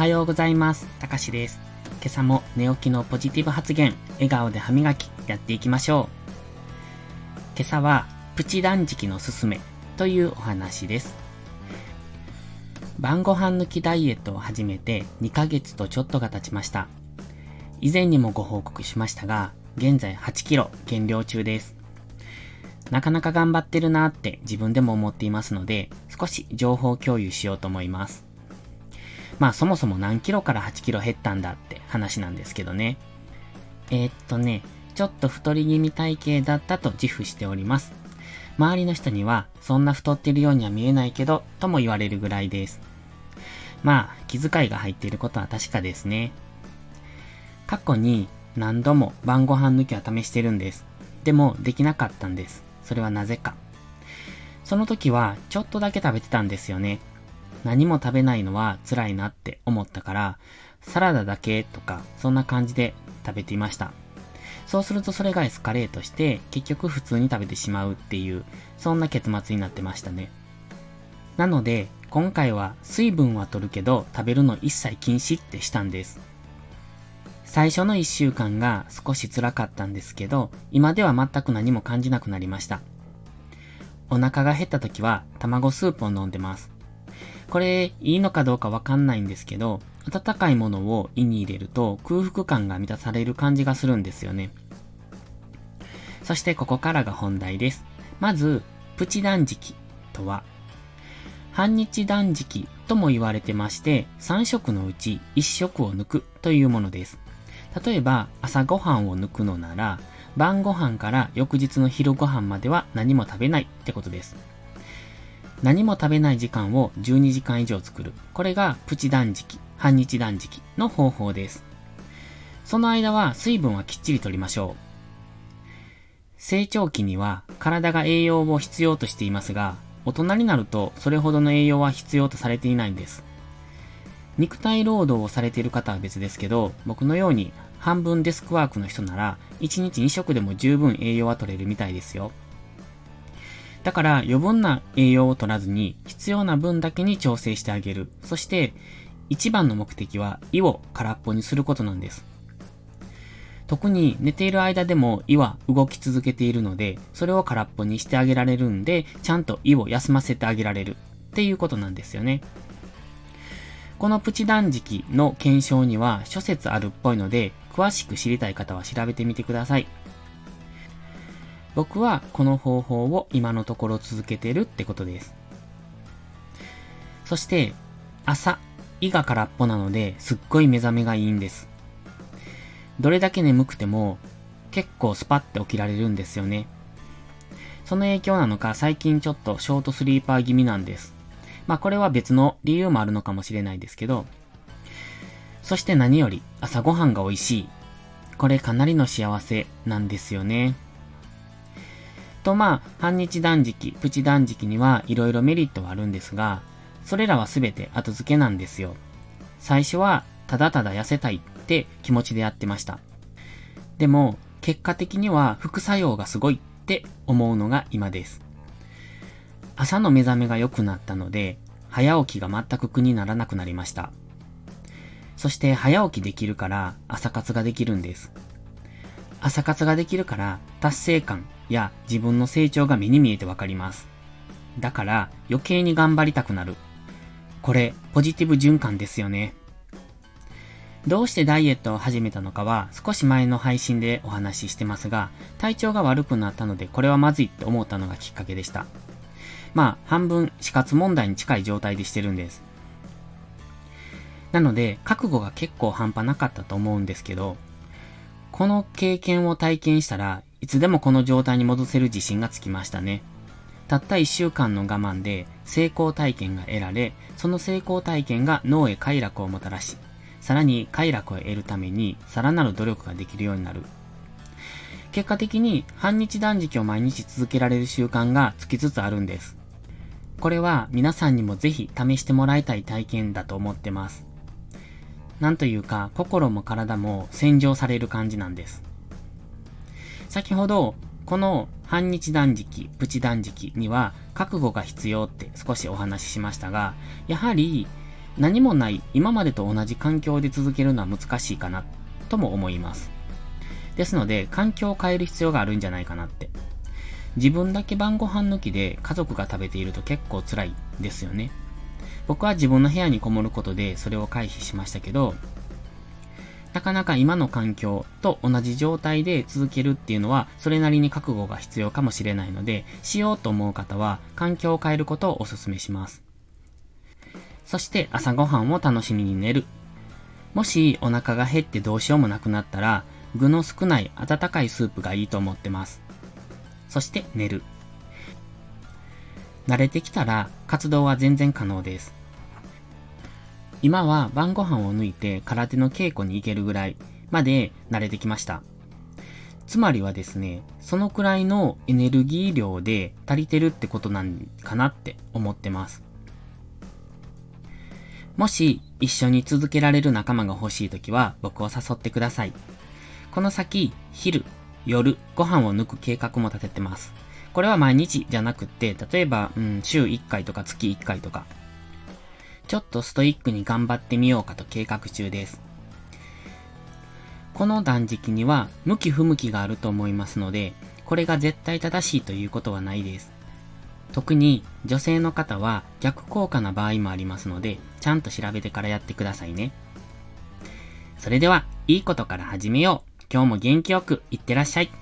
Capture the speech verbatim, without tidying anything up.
はようございます。たかしです。今朝も寝起きのポジティブ発言、笑顔で歯磨きやっていきましょう。今朝はプチ断食のすすめというお話です。晩ご飯抜きダイエットを始めてにかげつとちょっとが経ちました。以前にもご報告しましたが、現在はちキロ減量中です。なかなか頑張ってるなーって自分でも思っていますので、少し情報共有しようと思います。まあそもそも何キロからはちキロ減ったんだって話なんですけどね。えー、っとね、ちょっと太り気味体型だったと自負しております。周りの人にはそんな太ってるようには見えないけどとも言われるぐらいです。まあ気遣いが入っていることは確かですね。過去に何度も晩ご飯抜きは試してるんです。でもできなかったんです。それはなぜか。その時はちょっとだけ食べてたんですよね。何も食べないのは辛いなって思ったから、サラダだけとかそんな感じで食べていました。そうするとそれがエスカレートして結局普通に食べてしまうっていう、そんな結末になってましたね。なので今回は水分は取るけど食べるの一切禁止ってしたんです。最初のいっしゅうかんが少し辛かったんですけど、今では全く何も感じなくなりました。お腹が減った時は卵スープを飲んでます。これいいのかどうかわかんないんですけど、温かいものを胃に入れると空腹感が満たされる感じがするんですよね。そしてここからが本題です。まず、プチ断食とは、半日断食とも言われてまして、さん食のうちいっ食を抜くというものです。例えば、朝ごはんを抜くのなら、晩ご飯から翌日の昼ご飯までは何も食べないってことです。何も食べない時間をじゅうにじかん以上作る。これがプチ断食、半日断食の方法です。その間は水分はきっちりとりましょう。成長期には体が栄養を必要としていますが、大人になるとそれほどの栄養は必要とされていないんです。肉体労働をされている方は別ですけど、僕のように半分デスクワークの人ならいちにちに食でも十分栄養は取れるみたいですよ。だから余分な栄養を取らずに必要な分だけに調整してあげる。そして一番の目的は胃を空っぽにすることなんです。特に寝ている間でも胃は動き続けているので、それを空っぽにしてあげられるんで、ちゃんと胃を休ませてあげられるっていうことなんですよね。このプチ断食の検証には諸説あるっぽいので、詳しく知りたい方は調べてみてください。僕はこの方法を今のところ続けてるってことです。そして、朝、胃が空っぽなのですっごい目覚めがいいんです。どれだけ眠くても結構スパッて起きられるんですよね。その影響なのか最近ちょっとショートスリーパー気味なんです。まあこれは別の理由もあるのかもしれないですけど、そして何より朝ごはんが美味しい。これかなりの幸せなんですよね。とまあ、半日断食、プチ断食にはいろいろメリットはあるんですが、それらはすべて後付けなんですよ。最初はただただ痩せたいって気持ちでやってました。でも、結果的には副作用がすごいって思うのが今です。朝の目覚めが良くなったので、早起きが全く苦にならなくなりました。そして早起きできるから朝活ができるんです。朝活ができるから達成感や自分の成長が目に見えてわかります。だから余計に頑張りたくなる。これポジティブ循環ですよね。どうしてダイエットを始めたのかは少し前の配信でお話ししてますが、体調が悪くなったのでこれはまずいって思ったのがきっかけでした。まあ半分死活問題に近い状態でしてるんです。なので覚悟が結構半端なかったと思うんですけど、この経験を体験したらいつでもこの状態に戻せる自信がつきましたね。たったいっしゅうかんの我慢で成功体験が得られ、その成功体験が脳へ快楽をもたらし、さらに快楽を得るためにさらなる努力ができるようになる。結果的に半日断食を毎日続けられる習慣がつきつつあるんです。これは皆さんにもぜひ試してもらいたい体験だと思ってます。なんというか心も体も洗浄される感じなんです。先ほどこの半日断食、プチ断食には覚悟が必要って少しお話ししましたが、やはり何もない今までと同じ環境で続けるのは難しいかなとも思います。ですので環境を変える必要があるんじゃないかなって。自分だけ晩ご飯抜きで家族が食べていると結構辛いですよね。僕は自分の部屋にこもることでそれを回避しましたけど、なかなか今の環境と同じ状態で続けるっていうのはそれなりに覚悟が必要かもしれないので、しようと思う方は環境を変えることをお勧めします。そして朝ごはんを楽しみに寝る。もしお腹が減ってどうしようもなくなったら、具の少ない温かいスープがいいと思ってます。そして寝る。慣れてきたら活動は全然可能です。今は晩ご飯を抜いて空手の稽古に行けるぐらいまで慣れてきました。つまりはですね、そのくらいのエネルギー量で足りてるってことなんかなって思ってます。もし一緒に続けられる仲間が欲しいときは僕を誘ってください。この先、昼、夜、ご飯を抜く計画も立ててます。これは毎日じゃなくって、例えば、うん、週いっかいとか月いっかいとか、ちょっとストイックに頑張ってみようかと計画中です。この断食には向き不向きがあると思いますので、これが絶対正しいということはないです。特に女性の方は逆効果な場合もありますので、ちゃんと調べてからやってくださいね。それでは、いいことから始めよう。今日も元気よくいってらっしゃい。